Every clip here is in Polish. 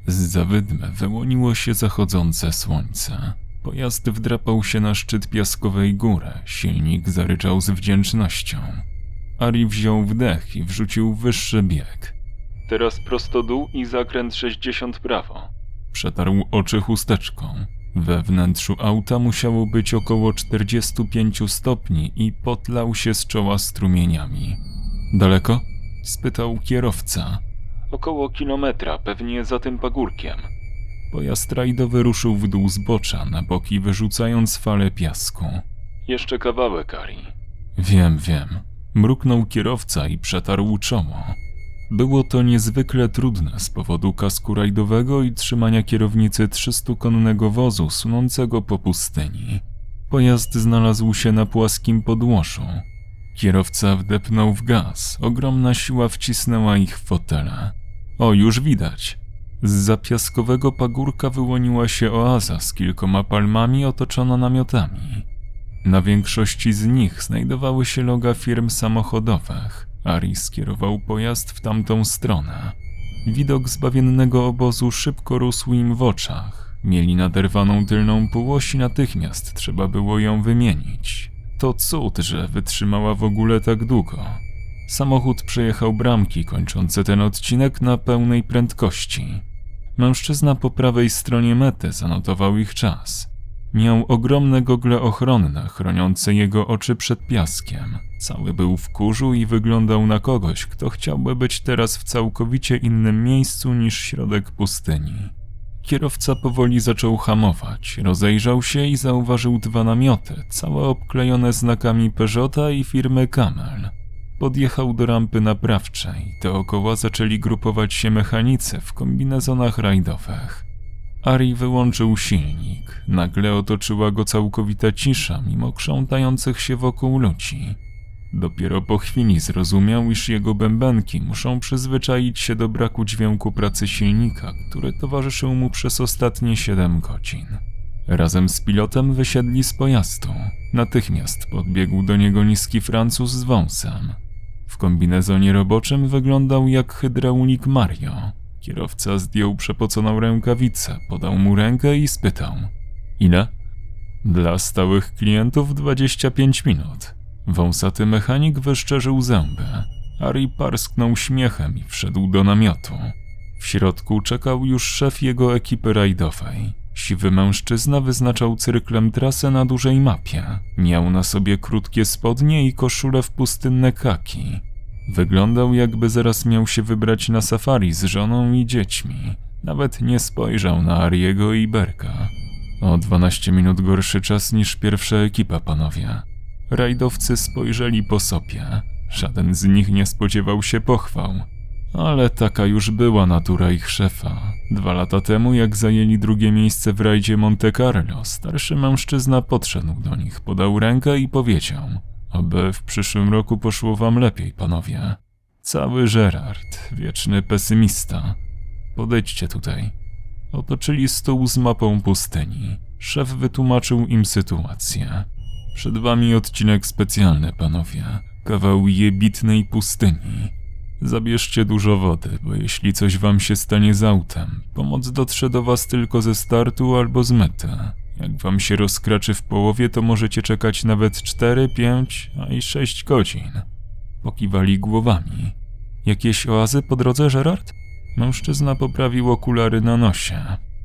Zza wydmy wyłoniło się zachodzące słońce. Pojazd wdrapał się na szczyt piaskowej góry, silnik zaryczał z wdzięcznością. Ari wziął wdech i wrzucił wyższy bieg. Teraz prosto dół i zakręt 60 prawo. Przetarł oczy chusteczką. We wnętrzu auta musiało być około 45 stopni i potlał się z czoła strumieniami. Daleko? Spytał kierowca. Około kilometra, pewnie za tym pagórkiem. Pojazd rajdowy ruszył w dół zbocza, na boki wyrzucając fale piasku. Jeszcze kawałek, Ari. Wiem. Mruknął kierowca i przetarł czoło. Było to niezwykle trudne z powodu kasku rajdowego i trzymania kierownicy 300-konnego wozu sunącego po pustyni. Pojazd znalazł się na płaskim podłożu. Kierowca wdepnął w gaz, ogromna siła wcisnęła ich w fotele. O, już widać. Zza piaskowego pagórka wyłoniła się oaza z kilkoma palmami otoczona namiotami. Na większości z nich znajdowały się loga firm samochodowych. Ari skierował pojazd w tamtą stronę. Widok zbawiennego obozu szybko rósł im w oczach. Mieli naderwaną tylną półoś i natychmiast trzeba było ją wymienić. To cud, że wytrzymała w ogóle tak długo. Samochód przejechał bramki kończące ten odcinek na pełnej prędkości. Mężczyzna po prawej stronie mety zanotował ich czas. Miał ogromne gogle ochronne, chroniące jego oczy przed piaskiem. Cały był w kurzu i wyglądał na kogoś, kto chciałby być teraz w całkowicie innym miejscu niż środek pustyni. Kierowca powoli zaczął hamować, rozejrzał się i zauważył 2 namioty, całe obklejone znakami Peugeota i firmy Camel. Podjechał do rampy naprawczej, dookoła zaczęli grupować się mechanicy w kombinezonach rajdowych. Ari wyłączył silnik. Nagle otoczyła go całkowita cisza, mimo krzątających się wokół ludzi. Dopiero po chwili zrozumiał, iż jego bębenki muszą przyzwyczaić się do braku dźwięku pracy silnika, który towarzyszył mu przez ostatnie 7 godzin. Razem z pilotem wysiedli z pojazdu. Natychmiast podbiegł do niego niski Francuz z wąsem. W kombinezonie roboczym wyglądał jak hydraulik Mario. Kierowca zdjął przepoconą rękawicę, podał mu rękę i spytał. Ile? Dla stałych klientów 25 minut. Wąsaty mechanik wyszczerzył zęby. Ari parsknął śmiechem i wszedł do namiotu. W środku czekał już szef jego ekipy rajdowej. Siwy mężczyzna wyznaczał cyrklem trasę na dużej mapie. Miał na sobie krótkie spodnie i koszulę w pustynne kaki. Wyglądał, jakby zaraz miał się wybrać na safari z żoną i dziećmi. Nawet nie spojrzał na Ariego i Berka. O 12 minut gorszy czas niż pierwsza ekipa, panowie. Rajdowcy spojrzeli po sobie. Żaden z nich nie spodziewał się pochwał. Ale taka już była natura ich szefa. 2 lata temu, jak zajęli drugie miejsce w rajdzie Monte Carlo, starszy mężczyzna podszedł do nich, podał rękę i powiedział: oby w przyszłym roku poszło wam lepiej, panowie. Cały Gerard, wieczny pesymista. Podejdźcie tutaj. Otoczyli stół z mapą pustyni. Szef wytłumaczył im sytuację. Przed wami odcinek specjalny, panowie. Kawał jebitnej pustyni. Zabierzcie dużo wody, bo jeśli coś wam się stanie z autem, pomoc dotrze do was tylko ze startu albo z mety. Jak wam się rozkraczy w połowie, to możecie czekać nawet 4, 5, a i 6 godzin. Pokiwali głowami. Jakieś oazy po drodze, Gerard? Mężczyzna poprawił okulary na nosie.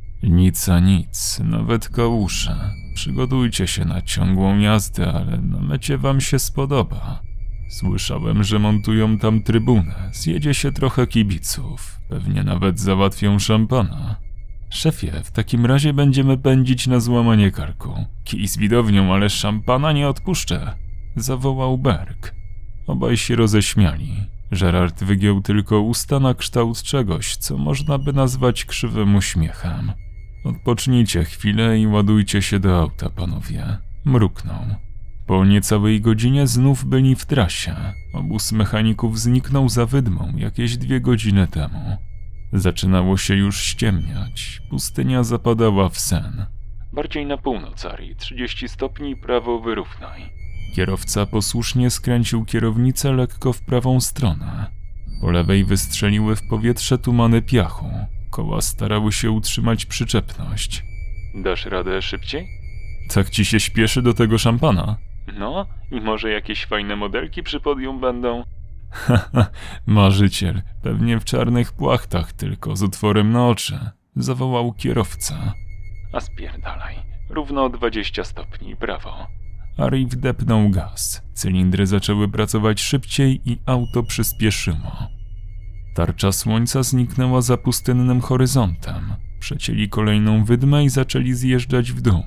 Nic a nic, nawet kałusze. Przygotujcie się na ciągłą jazdę, ale na mecie wam się spodoba. Słyszałem, że montują tam trybunę, zjedzie się trochę kibiców, pewnie nawet załatwią szampana. Szefie, w takim razie będziemy pędzić na złamanie karku. Kij z widownią, ale szampana nie odpuszczę, zawołał Berk. Obaj się roześmiali. Gerard wygiął tylko usta na kształt czegoś, co można by nazwać krzywym uśmiechem. Odpocznijcie chwilę i ładujcie się do auta, panowie. Mruknął. Po niecałej godzinie znów byli w trasie. Obóz mechaników zniknął za wydmą jakieś 2 godziny temu. Zaczynało się już ściemniać. Pustynia zapadała w sen. Bardziej na północ, Ari. 30 stopni, prawo wyrównaj. Kierowca posłusznie skręcił kierownicę lekko w prawą stronę. Po lewej wystrzeliły w powietrze tumany piachu. Koła starały się utrzymać przyczepność. Dasz radę szybciej? Tak ci się śpieszy do tego szampana? No, i może jakieś fajne modelki przy podium będą? Haha, marzyciel, pewnie w czarnych płachtach, tylko z otworem na oczy, zawołał kierowca. A spierdalaj, równo 20 stopni, brawo. Ari wdepnął gaz, cylindry zaczęły pracować szybciej i auto przyspieszyło. Tarcza słońca zniknęła za pustynnym horyzontem. Przecięli kolejną wydmę i zaczęli zjeżdżać w dół.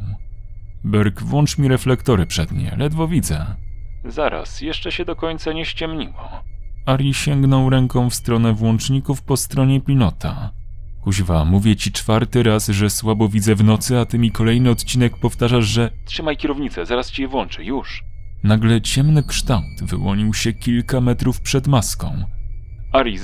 Berk, włącz mi reflektory przednie, ledwo widzę. Zaraz, jeszcze się do końca nie ściemniło. Ari sięgnął ręką w stronę włączników po stronie pilota. Kuźwa, mówię ci 4. raz, że słabo widzę w nocy, a ty mi kolejny odcinek powtarzasz, że... Trzymaj kierownicę, zaraz ci je włączę, już. Nagle ciemny kształt wyłonił się kilka metrów przed maską. Ari,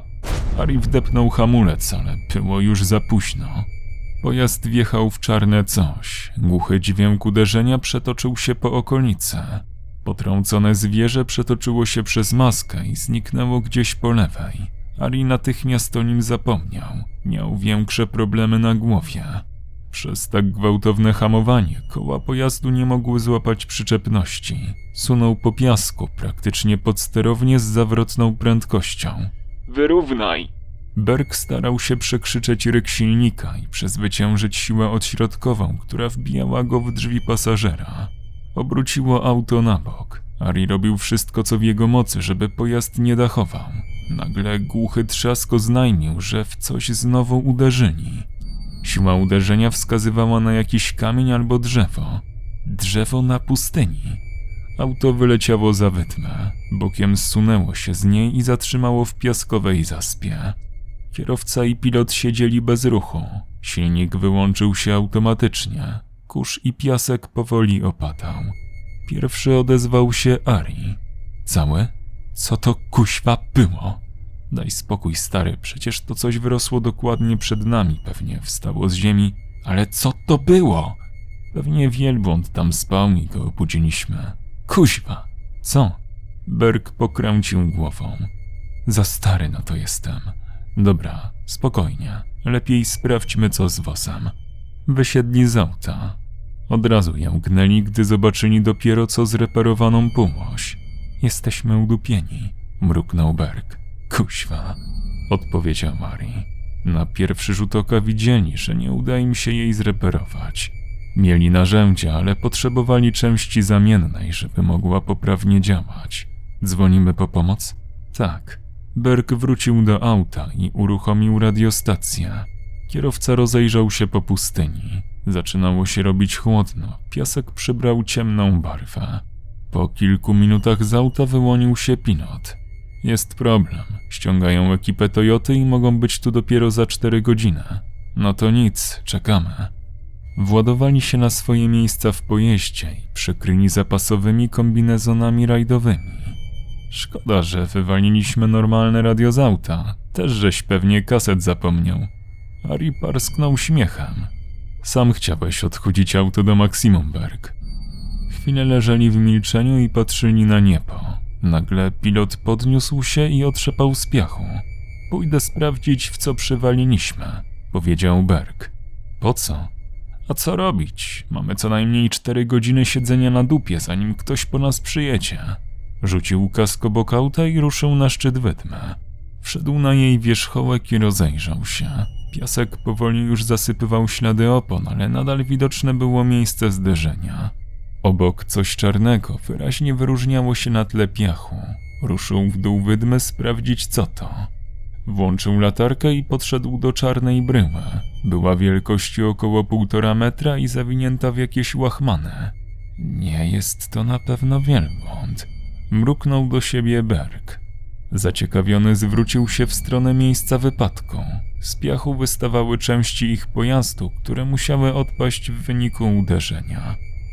Ari wdepnął hamulec, ale było już za późno. Pojazd wjechał w czarne coś. Głuchy dźwięk uderzenia przetoczył się po okolicy. Potrącone zwierzę przetoczyło się przez maskę i zniknęło gdzieś po lewej. Ari natychmiast o nim zapomniał. Miał większe problemy na głowie. Przez tak gwałtowne hamowanie koła pojazdu nie mogły złapać przyczepności. Sunął po piasku, praktycznie podsterownie z zawrotną prędkością. Wyrównaj! Berk starał się przekrzyczeć ryk silnika i przezwyciężyć siłę odśrodkową, która wbijała go w drzwi pasażera. Obróciło auto na bok. Ari robił wszystko, co w jego mocy, żeby pojazd nie dachował. Nagle głuchy trzask oznajmił, że w coś znowu uderzyli. Siła uderzenia wskazywała na jakiś kamień albo drzewo. Drzewo na pustyni. Auto wyleciało za wydmę. Bokiem zsunęło się z niej i zatrzymało w piaskowej zaspie. Kierowca i pilot siedzieli bez ruchu. Silnik wyłączył się automatycznie. Kurz i piasek powoli opadał. Pierwszy odezwał się Ari. Całe? Co to kuźwa było? Daj spokój, stary, przecież to coś wyrosło dokładnie przed nami, pewnie wstało z ziemi. Ale co to było? Pewnie wielbłąd tam spał i go obudziliśmy. Kuźwa! Co? Berk pokręcił głową. Za stary na to jestem. Dobra, spokojnie. Lepiej sprawdźmy, co z wozem. Wysiedli z auta. Od razu jąknęli, gdy zobaczyli dopiero co zreperowaną półoś. Jesteśmy udupieni, mruknął Berk. Kuźwa, odpowiedział Ari. Na pierwszy rzut oka widzieli, że nie uda im się jej zreperować. Mieli narzędzia, ale potrzebowali części zamiennej, żeby mogła poprawnie działać. Dzwonimy po pomoc? Tak. Berk wrócił do auta i uruchomił radiostację. Kierowca rozejrzał się po pustyni. Zaczynało się robić chłodno. Piasek przybrał ciemną barwę. Po kilku minutach z auta wyłonił się pilot. Jest problem. Ściągają ekipę Toyoty i mogą być tu dopiero za 4 godziny. No to nic, czekamy. Władowali się na swoje miejsca w pojeździe i przykryli zapasowymi kombinezonami rajdowymi. Szkoda, że wywaliliśmy normalne radio z auta. Też żeś pewnie kaset zapomniał. Ari parsknął śmiechem. Sam chciałeś odchudzić auto do maksimum, Berk. Chwilę leżeli w milczeniu i patrzyli na niebo. Nagle pilot podniósł się i otrzepał z piachu. Pójdę sprawdzić, w co przywaliliśmy, powiedział Berk. Po co? A co robić? Mamy co najmniej 4 godziny siedzenia na dupie, zanim ktoś po nas przyjedzie. Rzucił kask obok auta i ruszył na szczyt wydmy. Wszedł na jej wierzchołek i rozejrzał się. Piasek powoli już zasypywał ślady opon, ale nadal widoczne było miejsce zderzenia. Obok coś czarnego wyraźnie wyróżniało się na tle piachu. Ruszył w dół wydmy sprawdzić, co to. Włączył latarkę i podszedł do czarnej bryły. Była wielkości około 1,5 metra i zawinięta w jakieś łachmany. Nie jest to na pewno wielbłąd. Mruknął do siebie Berk. Zaciekawiony zwrócił się w stronę miejsca wypadku. Z piachu wystawały części ich pojazdu, które musiały odpaść w wyniku uderzenia.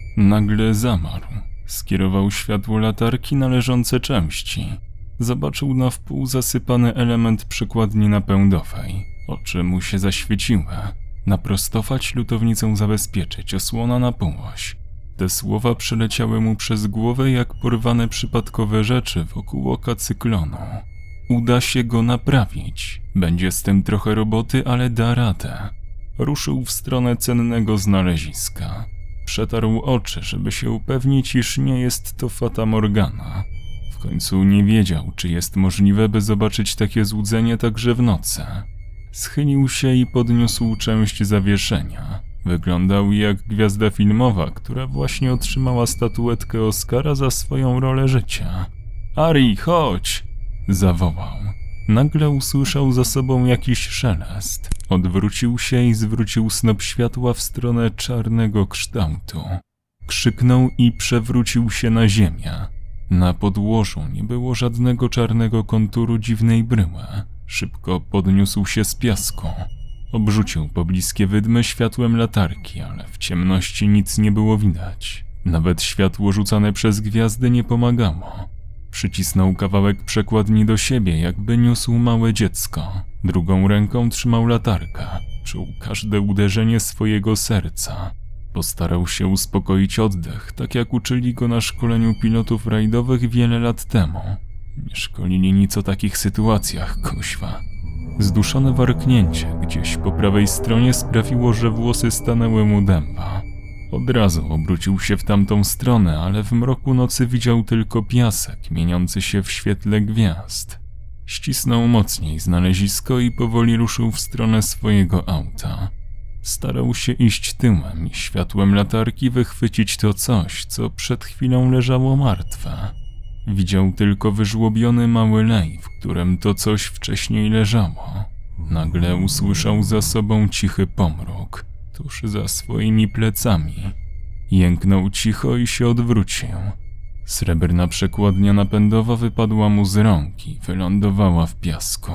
Nagle zamarł. Skierował światło latarki na leżące części. Zobaczył na wpół zasypany element przykładni napędowej. Oczy mu się zaświeciły. Naprostować, lutownicą zabezpieczyć, osłona na półoś. Te słowa przeleciały mu przez głowę jak porwane przypadkowe rzeczy wokół oka cyklonu. Uda się go naprawić. Będzie z tym trochę roboty, ale da radę. Ruszył w stronę cennego znaleziska. Przetarł oczy, żeby się upewnić, iż nie jest to Fata Morgana. W końcu nie wiedział, czy jest możliwe, by zobaczyć takie złudzenie także w nocy. Schylił się i podniósł część zawieszenia. Wyglądał jak gwiazda filmowa, która właśnie otrzymała statuetkę Oscara za swoją rolę życia. Ari, chodź! Zawołał. Nagle usłyszał za sobą jakiś szelest. Odwrócił się i zwrócił snop światła w stronę czarnego kształtu. Krzyknął i przewrócił się na ziemię. Na podłożu nie było żadnego czarnego konturu dziwnej bryły. Szybko podniósł się z piasku. Obrzucił pobliskie wydmy światłem latarki, ale w ciemności nic nie było widać. Nawet światło rzucane przez gwiazdy nie pomagało. Przycisnął kawałek przekładni do siebie, jakby niósł małe dziecko. Drugą ręką trzymał latarkę. Czuł każde uderzenie swojego serca. Postarał się uspokoić oddech, tak jak uczyli go na szkoleniu pilotów rajdowych wiele lat temu. Nie szkolili nic o takich sytuacjach, kuźwa. Zduszone warknięcie gdzieś po prawej stronie sprawiło, że włosy stanęły mu dęba. Od razu obrócił się w tamtą stronę, ale w mroku nocy widział tylko piasek mieniący się w świetle gwiazd. Ścisnął mocniej znalezisko i powoli ruszył w stronę swojego auta. Starał się iść tyłem i światłem latarki wychwycić to coś, co przed chwilą leżało martwe. Widział tylko wyżłobiony mały lej, w którym to coś wcześniej leżało. Nagle usłyszał za sobą cichy pomruk, tuż za swoimi plecami. Jęknął cicho i się odwrócił. Srebrna przekładnia napędowa wypadła mu z rąk i wylądowała w piasku.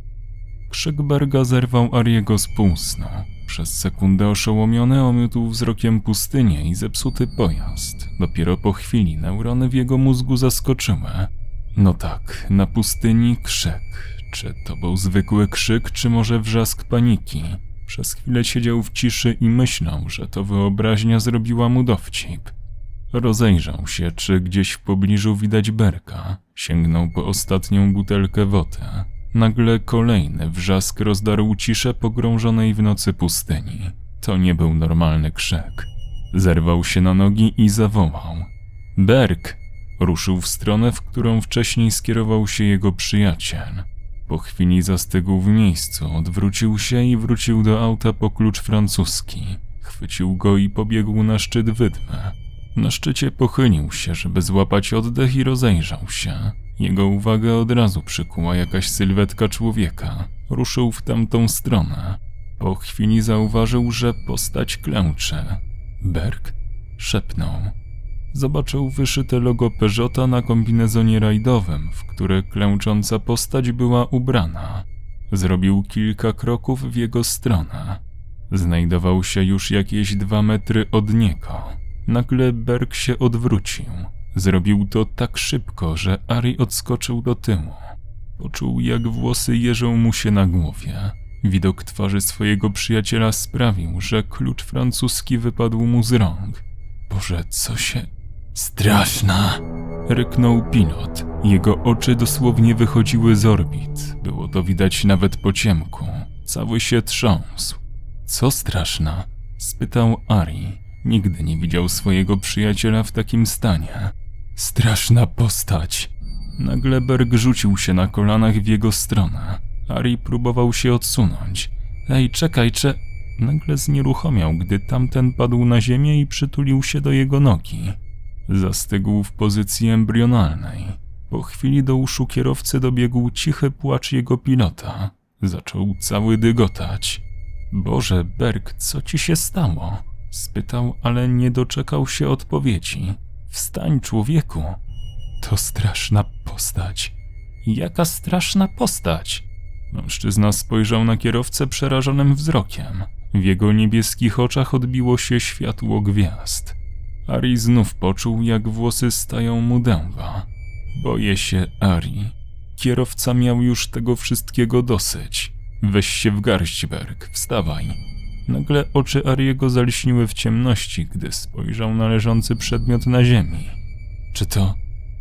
Krzyk Berga zerwał Ariego z półsnu. Przez sekundę oszołomiony omiótł wzrokiem pustynię i zepsuty pojazd. Dopiero po chwili neurony w jego mózgu zaskoczyły. No tak, na pustyni krzyk. Czy to był zwykły krzyk, czy może wrzask paniki? Przez chwilę siedział w ciszy i myślał, że to wyobraźnia zrobiła mu dowcip. Rozejrzał się, czy gdzieś w pobliżu widać Berka. Sięgnął po ostatnią butelkę wody. Nagle kolejny wrzask rozdarł ciszę pogrążonej w nocy pustyni. To nie był normalny krzyk. Zerwał się na nogi i zawołał. Berk! Ruszył w stronę, w którą wcześniej skierował się jego przyjaciel. Po chwili zastygł w miejscu, odwrócił się i wrócił do auta po klucz francuski. Chwycił go i pobiegł na szczyt wydmy. Na szczycie pochylił się, żeby złapać oddech i rozejrzał się. Jego uwagę od razu przykuła jakaś sylwetka człowieka. Ruszył w tamtą stronę. Po chwili zauważył, że postać klęczy. Berk? Szepnął. Zobaczył wyszyte logo Peugeota na kombinezonie rajdowym, w które klęcząca postać była ubrana. Zrobił kilka kroków w jego stronę. Znajdował się już jakieś 2 metry od niego. Nagle Berk się odwrócił. Zrobił to tak szybko, że Ari odskoczył do tyłu. Poczuł, jak włosy jeżą mu się na głowie. Widok twarzy swojego przyjaciela sprawił, że klucz francuski wypadł mu z rąk. Boże, co się... Straszna! Ryknął pilot. Jego oczy dosłownie wychodziły z orbit. Było to widać nawet po ciemku. Cały się trząsł. Co straszna? Spytał Ari. Nigdy nie widział swojego przyjaciela w takim stanie. Straszna postać. Nagle Berg rzucił się na kolanach w jego stronę. Ari próbował się odsunąć. Ej, czekaj, Nagle znieruchomiał, gdy tamten padł na ziemię i przytulił się do jego nogi. Zastygł w pozycji embrionalnej. Po chwili do uszu kierowcy dobiegł cichy płacz jego pilota. Zaczął cały dygotać. Boże, Berg, co ci się stało? Spytał, ale nie doczekał się odpowiedzi. Wstań, człowieku. To straszna postać. Jaka straszna postać? Mężczyzna spojrzał na kierowcę przerażonym wzrokiem. W jego niebieskich oczach odbiło się światło gwiazd. Ari znów poczuł, jak włosy stają mu dęba. Boję się, Ari. Kierowca miał już tego wszystkiego dosyć. Weź się w garść, Berg, wstawaj. Nagle oczy Ariego zalśniły w ciemności, gdy spojrzał na leżący przedmiot na ziemi. Czy to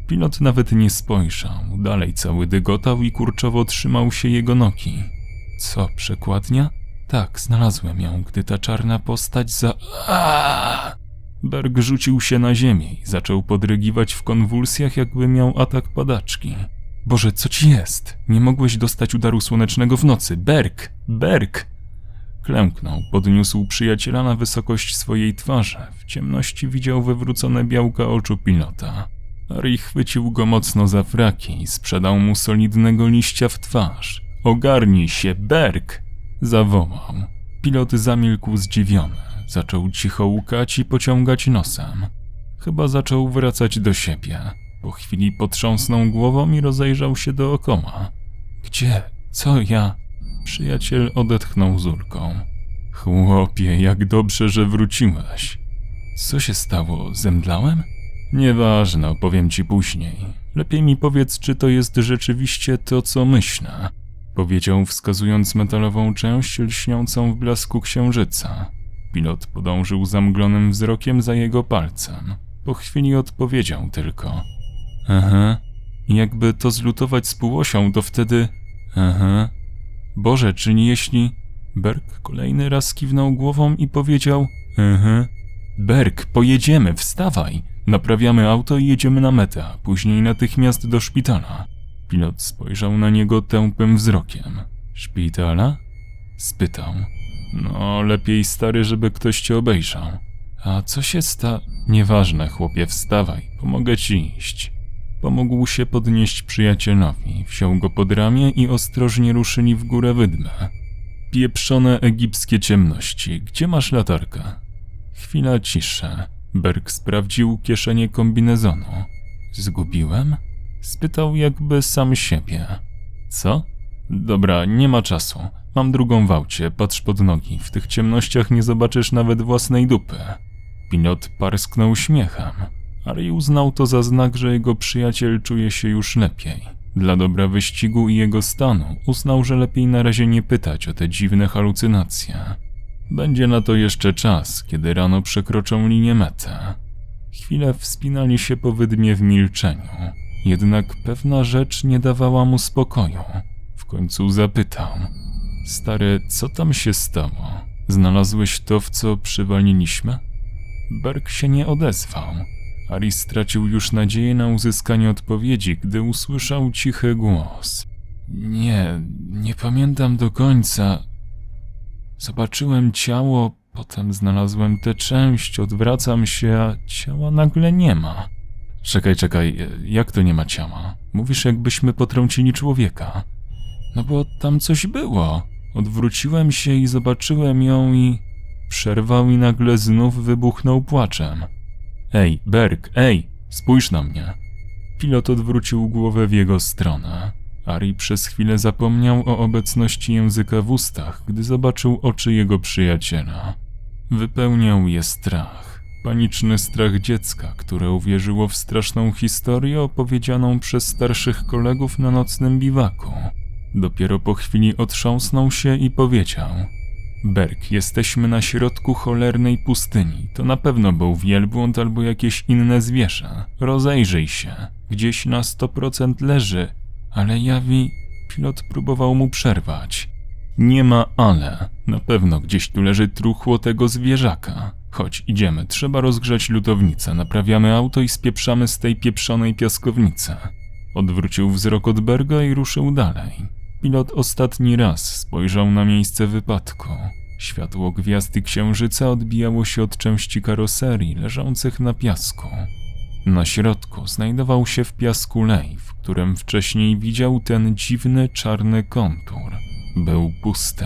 Pilot nawet nie spojrzał, dalej cały dygotał i kurczowo trzymał się jego nogi. Co, przekładnia? Tak, znalazłem ją, gdy ta czarna postać Berg rzucił się na ziemię i zaczął podrygiwać w konwulsjach, jakby miał atak padaczki. Boże, co ci jest? Nie mogłeś dostać udaru słonecznego w nocy. Berg! Berg! Klęknął, podniósł przyjaciela na wysokość swojej twarzy. W ciemności widział wywrócone białka oczu pilota. Harry chwycił go mocno za fraki i sprzedał mu solidnego liścia w twarz. Ogarnij się, Berg! Zawołał. Pilot zamilkł zdziwiony. Zaczął cicho łkać i pociągać nosem. Chyba zaczął wracać do siebie. Po chwili potrząsnął głową i rozejrzał się dookoła. Gdzie? Co ja? Przyjaciel odetchnął z ulgą. Chłopie, jak dobrze, że wróciłeś. Co się stało? Zemdlałem? Nieważne, opowiem ci później. Lepiej mi powiedz, czy to jest rzeczywiście to, co myślę. Powiedział, wskazując metalową część lśniącą w blasku księżyca. Pilot podążył zamglonym wzrokiem za jego palcem. Po chwili odpowiedział tylko. Aha. Jakby to zlutować z półosią, to wtedy... Aha. Boże, czyli jeśli... Berg kolejny raz kiwnął głową i powiedział... Aha. Berg, pojedziemy, wstawaj. Naprawiamy auto i jedziemy na metę, a później natychmiast do szpitala. Pilot spojrzał na niego tępym wzrokiem. Szpitala? Spytał. No, lepiej stary, żeby ktoś cię obejrzał. A co się Nieważne, chłopie, wstawaj, pomogę ci iść. Pomógł się podnieść przyjacielowi, wziął go pod ramię i ostrożnie ruszyli w górę wydmę. Pieprzone egipskie ciemności, gdzie masz latarkę? Chwila ciszy. Berg sprawdził kieszenie kombinezonu. Zgubiłem? Spytał jakby sam siebie. Co? Dobra, nie ma czasu. Mam drugą w aucie, patrz pod nogi. W tych ciemnościach nie zobaczysz nawet własnej dupy. Pilot parsknął śmiechem. Harry uznał to za znak, że jego przyjaciel czuje się już lepiej. Dla dobra wyścigu i jego stanu uznał, że lepiej na razie nie pytać o te dziwne halucynacje. Będzie na to jeszcze czas, kiedy rano przekroczą linię mety. Chwilę wspinali się po wydmie w milczeniu. Jednak pewna rzecz nie dawała mu spokoju. W końcu zapytał. Stary, co tam się stało? Znalazłeś to, w co przywaliliśmy? Berg się nie odezwał. Harry stracił już nadzieję na uzyskanie odpowiedzi, gdy usłyszał cichy głos. Nie pamiętam do końca. Zobaczyłem ciało, potem znalazłem tę część, odwracam się, a ciała nagle nie ma. Czekaj, jak to nie ma ciała? Mówisz, jakbyśmy potrącili człowieka. No bo tam coś było. Odwróciłem się i zobaczyłem ją i... Przerwał i nagle znów wybuchnął płaczem. Ej, Berg, spójrz na mnie. Pilot odwrócił głowę w jego stronę. Harry przez chwilę zapomniał o obecności języka w ustach, gdy zobaczył oczy jego przyjaciela. Wypełniał je strach. Paniczny strach dziecka, które uwierzyło w straszną historię opowiedzianą przez starszych kolegów na nocnym biwaku. Dopiero po chwili otrząsnął się i powiedział: Berg, jesteśmy na środku cholernej pustyni. To na pewno był wielbłąd albo jakieś inne zwierzę. Rozejrzyj się. Gdzieś na 100% leży. Ale Jawi... Pilot próbował mu przerwać. Nie ma ale. Na pewno gdzieś tu leży truchło tego zwierzaka. Chodź, idziemy. Trzeba rozgrzać lutownicę. Naprawiamy auto i spieprzamy z tej pieprzonej piaskownicy. Odwrócił wzrok od Berga i ruszył dalej. Pilot ostatni raz spojrzał na miejsce wypadku. Światło gwiazdy księżyca odbijało się od części karoserii leżących na piasku. Na środku znajdował się w piasku lej, w którym wcześniej widział ten dziwny czarny kontur. Był pusty.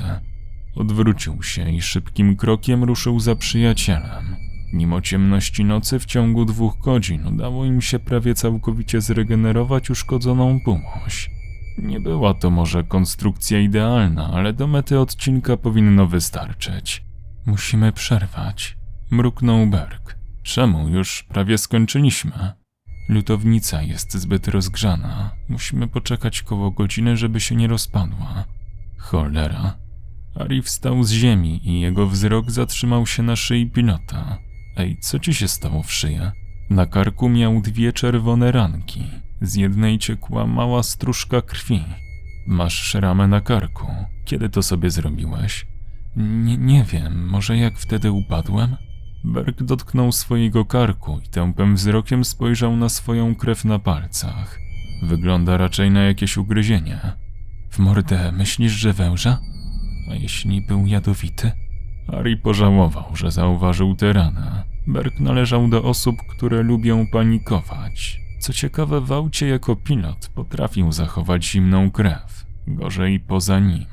Odwrócił się i szybkim krokiem ruszył za przyjacielem. Mimo ciemności nocy w ciągu 2 godzin udało im się prawie całkowicie zregenerować uszkodzoną półoś. Nie była to może konstrukcja idealna, ale do mety odcinka powinno wystarczyć. Musimy przerwać, mruknął Berg. Czemu? Już prawie skończyliśmy. Lutownica jest zbyt rozgrzana. Musimy poczekać koło godziny, żeby się nie rozpadła. Cholera. Harry wstał z ziemi i jego wzrok zatrzymał się na szyi pilota. Ej, co ci się stało w szyję? Na karku miał 2 czerwone ranki, z jednej ciekła mała stróżka krwi. Masz szramę na karku. Kiedy to sobie zrobiłeś? Nie wiem, może jak wtedy upadłem? Berk dotknął swojego karku i tępym wzrokiem spojrzał na swoją krew na palcach. Wygląda raczej na jakieś ugryzienie. W mordę, myślisz, że węża? A jeśli był jadowity? Harry pożałował, że zauważył tę ranę. Berk należał do osób, które lubią panikować. Co ciekawe, w aucie jako pilot potrafił zachować zimną krew. Gorzej poza nim.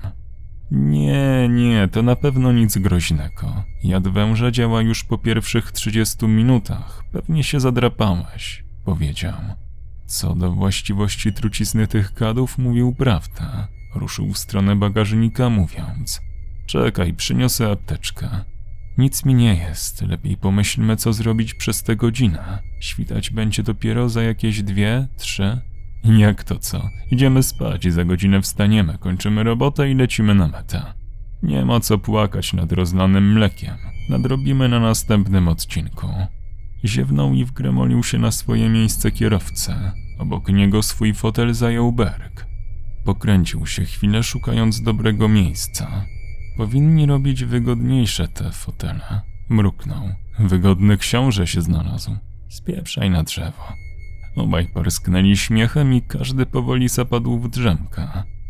Nie, to na pewno nic groźnego. Jad węża działa już po pierwszych 30 minutach. Pewnie się zadrapałeś, powiedział. Co do właściwości trucizny tych gadów, mówił prawdę. Ruszył w stronę bagażnika, mówiąc: czekaj, przyniosę apteczkę. Nic mi nie jest, lepiej pomyślmy, co zrobić przez tę godzinę. Świtać będzie dopiero za jakieś 2, 3. Jak to co? Idziemy spać i za godzinę wstaniemy, kończymy robotę i lecimy na metę. Nie ma co płakać nad rozlanym mlekiem. Nadrobimy na następnym odcinku. Ziewnął i wgremolił się na swoje miejsce kierowcy. Obok niego swój fotel zajął Berk. Pokręcił się chwilę, szukając dobrego miejsca. Powinni robić wygodniejsze te fotele. Mruknął. Wygodny książę się znalazł. Spieprzaj na drzewo. Obaj parsknęli śmiechem i każdy powoli zapadł w drzemkę.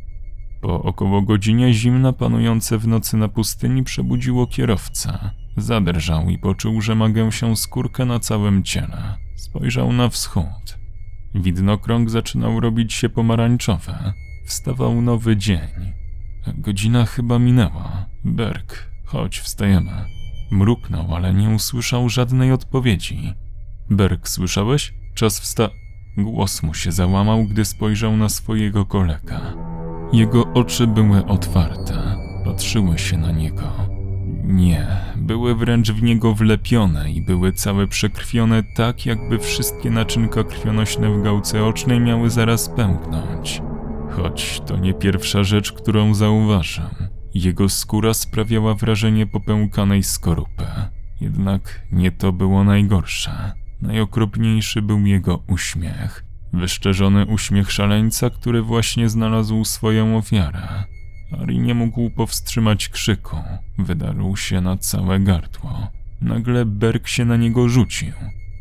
Po około godzinie zimna panujące w nocy na pustyni przebudziło kierowcę. Zadrżał i poczuł, że ma gęsią skórkę na całym ciele. Spojrzał na wschód. Widnokrąg zaczynał robić się pomarańczowy. Wstawał nowy dzień. Godzina chyba minęła. Berk, chodź, wstajemy. Mruknął, ale nie usłyszał żadnej odpowiedzi. Berk, słyszałeś? Czas Głos mu się załamał, gdy spojrzał na swojego kolegę. Jego oczy były otwarte. Patrzyły się na niego. Nie, były wręcz w niego wlepione i były całe przekrwione tak, jakby wszystkie naczynka krwionośne w gałce ocznej miały zaraz pęknąć. Choć to nie pierwsza rzecz, którą zauważył. Jego skóra sprawiała wrażenie popękanej skorupy. Jednak nie to było najgorsze. Najokropniejszy był jego uśmiech. Wyszczerzony uśmiech szaleńca, który właśnie znalazł swoją ofiarę. Harry nie mógł powstrzymać krzyku. Wydarł się na całe gardło. Nagle Berk się na niego rzucił.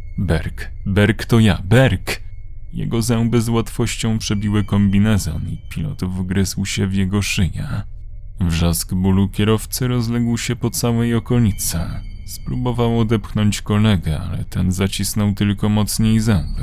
Berk to ja, Berk! Jego zęby z łatwością przebiły kombinezon i pilot wgryzł się w jego szyję. Wrzask bólu kierowcy rozległ się po całej okolicy. Spróbował odepchnąć kolegę, ale ten zacisnął tylko mocniej zęby.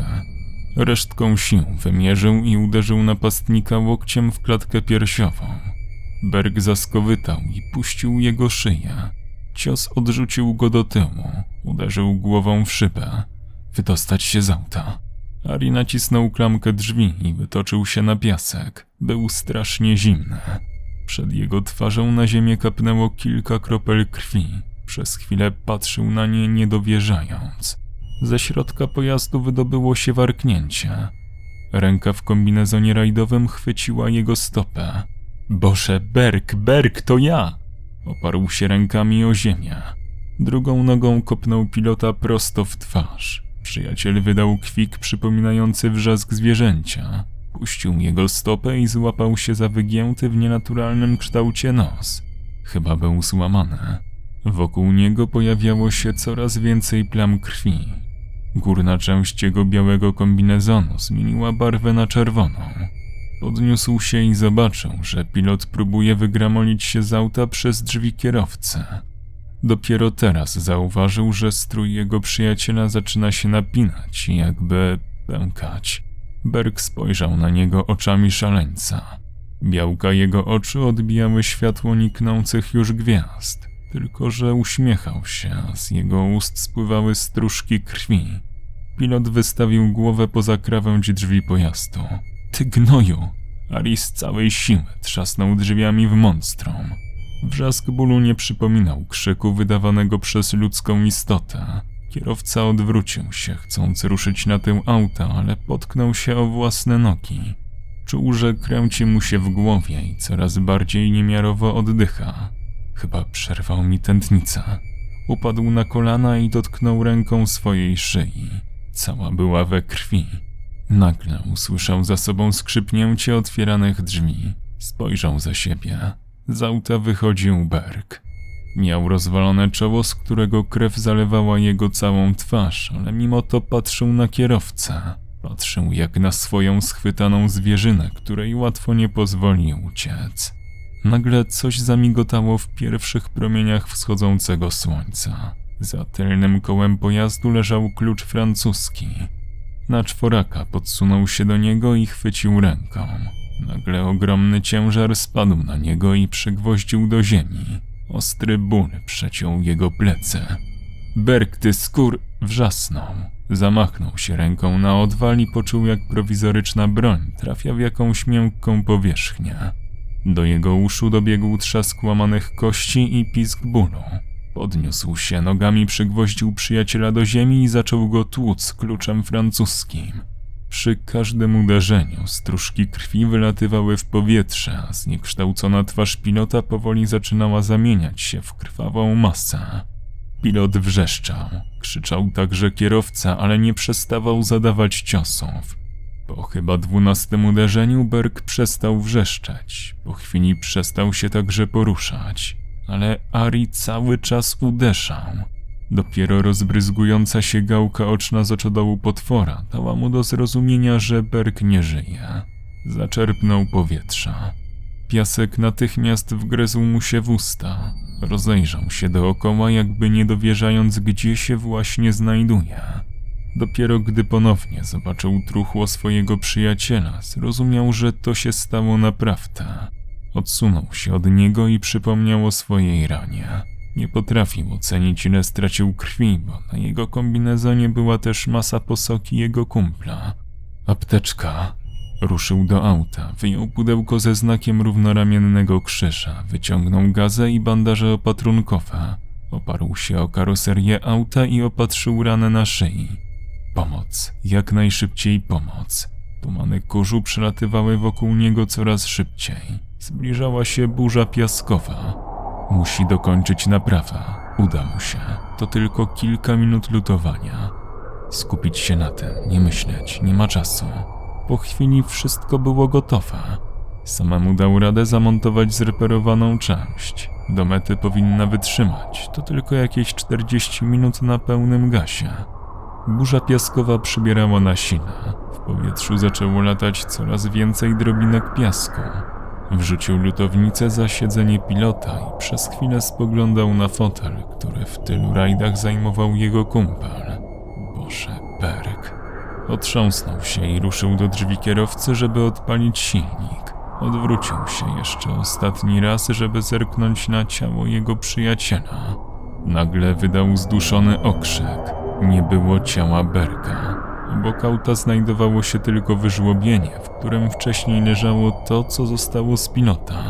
Resztką sił wymierzył i uderzył napastnika łokciem w klatkę piersiową. Berk zaskowytał i puścił jego szyję. Cios odrzucił go do tyłu. Uderzył głową w szybę. Wydostać się z auta. Harry nacisnął klamkę drzwi i wytoczył się na piasek. Był strasznie zimny. Przed jego twarzą na ziemię kapnęło kilka kropel krwi. Przez chwilę patrzył na nie, nie-dowierzając. Ze środka pojazdu wydobyło się warknięcie. Ręka w kombinezonie rajdowym chwyciła jego stopę. Boże, Berk, to ja! Oparł się rękami o ziemię. Drugą nogą kopnął pilota prosto w twarz. Przyjaciel wydał kwik przypominający wrzask zwierzęcia. Puścił jego stopę i złapał się za wygięty w nienaturalnym kształcie nos. Chyba był złamany. Wokół niego pojawiało się coraz więcej plam krwi. Górna część jego białego kombinezonu zmieniła barwę na czerwoną. Podniósł się i zobaczył, że pilot próbuje wygramolić się z auta przez drzwi kierowcy. Dopiero teraz zauważył, że strój jego przyjaciela zaczyna się napinać i jakby pękać. Berk spojrzał na niego oczami szaleńca. Białka jego oczu odbijały światło niknących już gwiazd. Tylko że uśmiechał się, a z jego ust spływały stróżki krwi. Pilot wystawił głowę poza krawędź drzwi pojazdu. Ty gnoju! Harry z całej siły trzasnął drzwiami w monstrum. Wrzask bólu nie przypominał krzyku wydawanego przez ludzką istotę. Kierowca odwrócił się, chcąc ruszyć na tył auta, ale potknął się o własne nogi. Czuł, że kręci mu się w głowie i coraz bardziej niemiarowo oddycha. Chyba przerwał mi tętnicę. Upadł na kolana i dotknął ręką swojej szyi. cała była we krwi. Nagle usłyszał za sobą skrzypnięcie otwieranych drzwi. Spojrzał za siebie. Z auta wychodził Berg. Miał rozwalone czoło, z którego krew zalewała jego całą twarz, ale mimo to patrzył na kierowcę. Patrzył jak na swoją schwytaną zwierzynę, której łatwo nie pozwoli uciec. Nagle coś zamigotało w pierwszych promieniach wschodzącego słońca. Za tylnym kołem pojazdu leżał klucz francuski. Na czworaka podsunął się do niego i chwycił ręką. Nagle ogromny ciężar spadł na niego i przygwoździł do ziemi. Ostry ból przeciął jego plecy. Berg, ty wrzasnął. Zamachnął się ręką na odwal i poczuł, jak prowizoryczna broń trafia w jakąś miękką powierzchnię. Do jego uszu dobiegł trzask łamanych kości i pisk bólu. Podniósł się, nogami przygwoździł przyjaciela do ziemi i zaczął go tłuc kluczem francuskim. Przy każdym uderzeniu stróżki krwi wylatywały w powietrze, a zniekształcona twarz pilota powoli zaczynała zamieniać się w krwawą masę. Pilot wrzeszczał, krzyczał także kierowca, ale nie przestawał zadawać ciosów. Po chyba 12 uderzeniu Berg przestał wrzeszczeć, po chwili przestał się także poruszać, ale Ari cały czas uderzał. Dopiero rozbryzgująca się gałka oczna z oczodołu potwora dała mu do zrozumienia, że Berg nie żyje. Zaczerpnął powietrza. Piasek natychmiast wgryzł mu się w usta. Rozejrzał się dookoła, jakby nie dowierzając, gdzie się właśnie znajduje. Dopiero gdy ponownie zobaczył truchło swojego przyjaciela, zrozumiał, że to się stało naprawdę. Odsunął się od niego i przypomniał o swojej ranie. Nie potrafił ocenić, ile stracił krwi, bo na jego kombinezonie była też masa posoki jego kumpla. Apteczka. Ruszył do auta, wyjął pudełko ze znakiem równoramiennego krzyża, wyciągnął gazę i bandaże opatrunkowe. Oparł się o karoserię auta i opatrzył ranę na szyi. Pomoc, jak najszybciej pomoc. Tumany kurzu przelatywały wokół niego coraz szybciej. Zbliżała się burza piaskowa. Musi dokończyć naprawę. Uda mu się. To tylko kilka minut lutowania. Skupić się na tym, nie myśleć, nie ma czasu. Po chwili wszystko było gotowe. Samemu dał radę zamontować zreperowaną część. Do mety powinna wytrzymać. To tylko jakieś 40 minut na pełnym gazie. Burza piaskowa przybierała na sile. W powietrzu zaczęło latać coraz więcej drobinek piasku. Wrzucił lutownicę za siedzenie pilota i przez chwilę spoglądał na fotel, który w tylu rajdach zajmował jego kumpel. Boże, Berg. Otrząsnął się i ruszył do drzwi kierowcy, żeby odpalić silnik. Odwrócił się jeszcze ostatni raz, żeby zerknąć na ciało jego przyjaciela. Nagle wydał zduszony okrzyk. Nie było ciała Berga. Obok auta znajdowało się tylko wyżłobienie, w którym wcześniej leżało to, co zostało z pilota.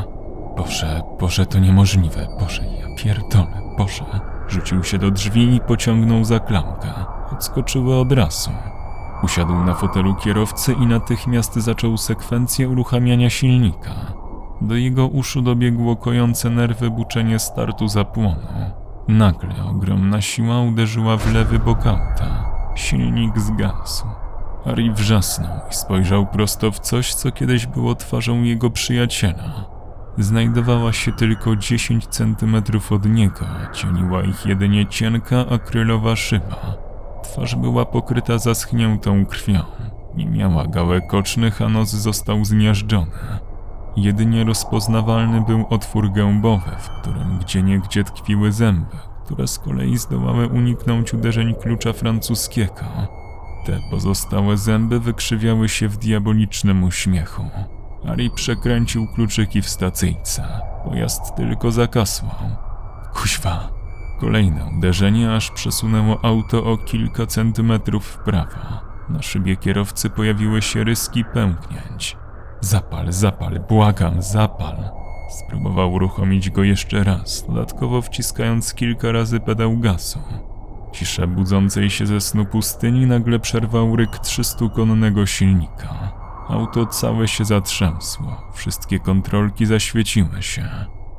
Boże, to niemożliwe. Boże, ja pierdolę, Boże. Rzucił się do drzwi i pociągnął za klamkę. Odskoczyły od razu. Usiadł na fotelu kierowcy i natychmiast zaczął sekwencję uruchamiania silnika. Do jego uszu dobiegło kojące nerwy buczenie startu zapłonu. Nagle ogromna siła uderzyła w lewy bok auta. Silnik zgasł. Ari wrzasnął i spojrzał prosto w coś, co kiedyś było twarzą jego przyjaciela. Znajdowała się tylko 10 centymetrów od niego, dzieliła ich jedynie cienka, akrylowa szyba. Twarz była pokryta zaschniętą krwią. Nie miała gałek ocznych, a nos został zmiażdżony. Jedynie rozpoznawalny był otwór gębowy, w którym gdzieniegdzie tkwiły zęby, które z kolei zdołały uniknąć uderzeń klucza francuskiego. Te pozostałe zęby wykrzywiały się w diabolicznym uśmiechu. Ari przekręcił kluczyki w stacyjce. Pojazd tylko zakasłał. Kuźwa! Kolejne uderzenie aż przesunęło auto o kilka centymetrów w prawo. Na szybie kierowcy pojawiły się ryski pęknięć. Zapal, błagam, zapal. Spróbował uruchomić go jeszcze raz, dodatkowo wciskając kilka razy pedał gazu. Ciszę budzącej się ze snu pustyni nagle przerwał ryk 300-konnego silnika. Auto całe się zatrzęsło, wszystkie kontrolki zaświeciły się.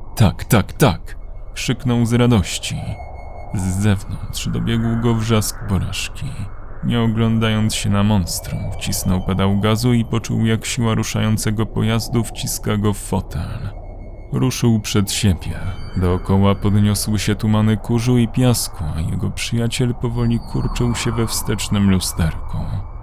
Tak! Krzyknął z radości. Z zewnątrz dobiegł go wrzask porażki. Nie oglądając się na monstrum, wcisnął pedał gazu i poczuł, jak siła ruszającego pojazdu wciska go w fotel. Ruszył przed siebie. Dookoła podniosły się tumany kurzu i piasku, a jego przyjaciel powoli kurczył się we wstecznym lusterku.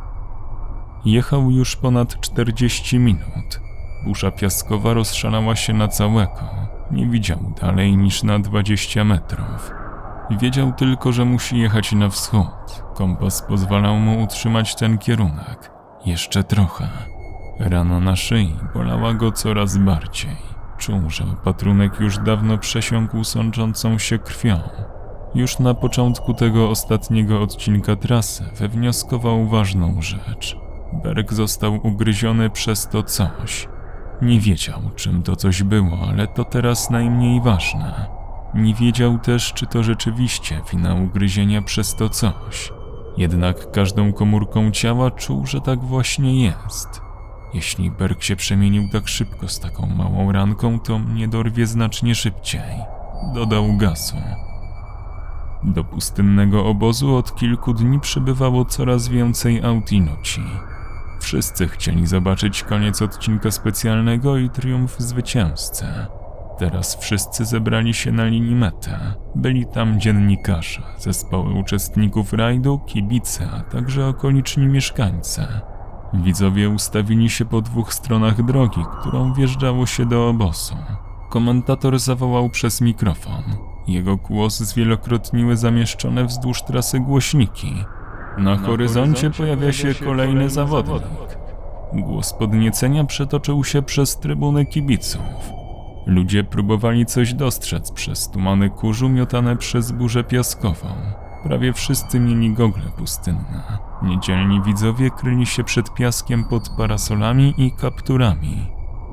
Jechał już ponad 40 minut. Burza piaskowa rozszalała się na całego. Nie widział dalej niż na 20 metrów. Wiedział tylko, że musi jechać na wschód. Kompas pozwalał mu utrzymać ten kierunek. Jeszcze trochę. Rana na szyi bolała go coraz bardziej. Czuł, że opatrunek już dawno przesiąkł sączącą się krwią. Już na początku tego ostatniego odcinka trasy wywnioskował ważną rzecz. Berg został ugryziony przez to coś. Nie wiedział, czym to coś było, ale to teraz najmniej ważne. Nie wiedział też, czy to rzeczywiście wina ugryzienia przez to coś. Jednak każdą komórką ciała czuł, że tak właśnie jest. Jeśli Berg się przemienił tak szybko z taką małą ranką, to mnie dorwie znacznie szybciej. Dodał gazu. Do pustynnego obozu od kilku dni przybywało coraz więcej aut i ludzi. Wszyscy chcieli zobaczyć koniec odcinka specjalnego i triumf zwycięzcy. Teraz wszyscy zebrali się na linii mety. Byli tam dziennikarze, zespoły uczestników rajdu, kibice, a także okoliczni mieszkańcy. Widzowie ustawili się po dwóch stronach drogi, którą wjeżdżało się do obozu. Komentator zawołał przez mikrofon. Jego głos zwielokrotniły zamieszczone wzdłuż trasy głośniki. Na horyzoncie pojawia się kolejny zawodnik. Głos podniecenia przetoczył się przez trybuny kibiców. Ludzie próbowali coś dostrzec przez tumany kurzu miotane przez burzę piaskową. Prawie wszyscy mieli gogle pustynne. Niedzielni widzowie kryli się przed piaskiem pod parasolami i kapturami.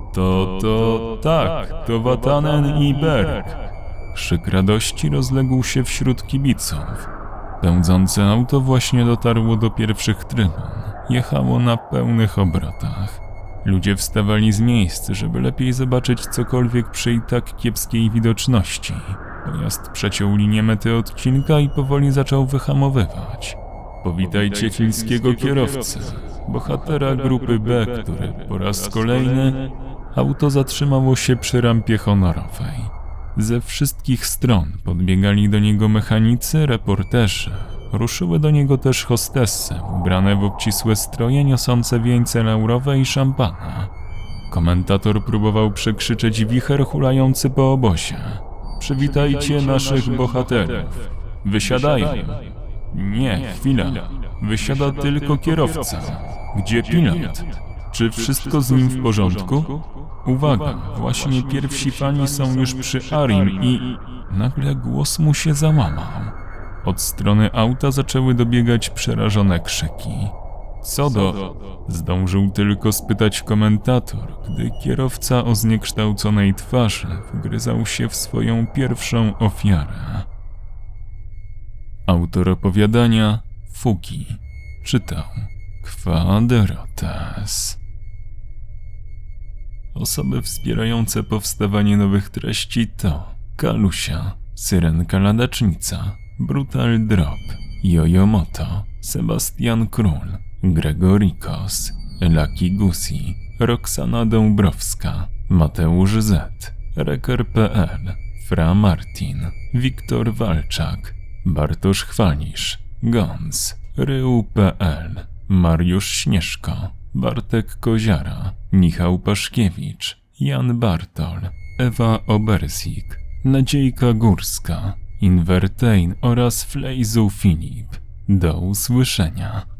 To Vatanen i Berg. Krzyk radości rozległ się wśród kibiców. Pędzące auto właśnie dotarło do pierwszych trybun. Jechało na pełnych obrotach. Ludzie wstawali z miejsc, żeby lepiej zobaczyć cokolwiek przy i tak kiepskiej widoczności. Pojazd przeciął linię mety odcinka i powoli zaczął wyhamowywać. Powitajcie fińskiego kierowcę, bohatera grupy B, który po raz kolejny auto zatrzymało się przy rampie honorowej. Ze wszystkich stron podbiegali do niego mechanicy, reporterzy. Ruszyły do niego też hostessy, ubrane w obcisłe stroje niosące wieńce laurowe i szampana. Komentator próbował przekrzyczeć wicher hulający po obozie. Przywitajcie naszych bohaterów. Wysiadają. Nie, chwila. Wysiada tylko kierowca. Gdzie pilot? Czy wszystko z nim w porządku? Uwaga, właśnie pierwsi fani są już przy Arim i... Nagle głos mu się załamał. Od strony auta zaczęły dobiegać przerażone krzyki. Co do... Zdążył tylko spytać komentator, gdy kierowca o zniekształconej twarzy wgryzał się w swoją pierwszą ofiarę. Autor opowiadania Fugi. Czytał Quadrotes. Osoby wspierające powstawanie nowych treści to Kalusia, Syrenka Ladacznica, Brutal Drop, Jojo Moto, Sebastian Król, Gregorikos, Lucky Gusi, Roxana Dąbrowska, Mateusz Z, Reker.pl, Fra Martin, Wiktor Walczak, Bartosz Chwalisz, Gons, Rył.pl, Mariusz Śnieżko, Bartek Koziara, Michał Paszkiewicz, Jan Bartol, Ewa Obersik, Nadziejka Górska, Invertain oraz Flejzu Filip. Do usłyszenia.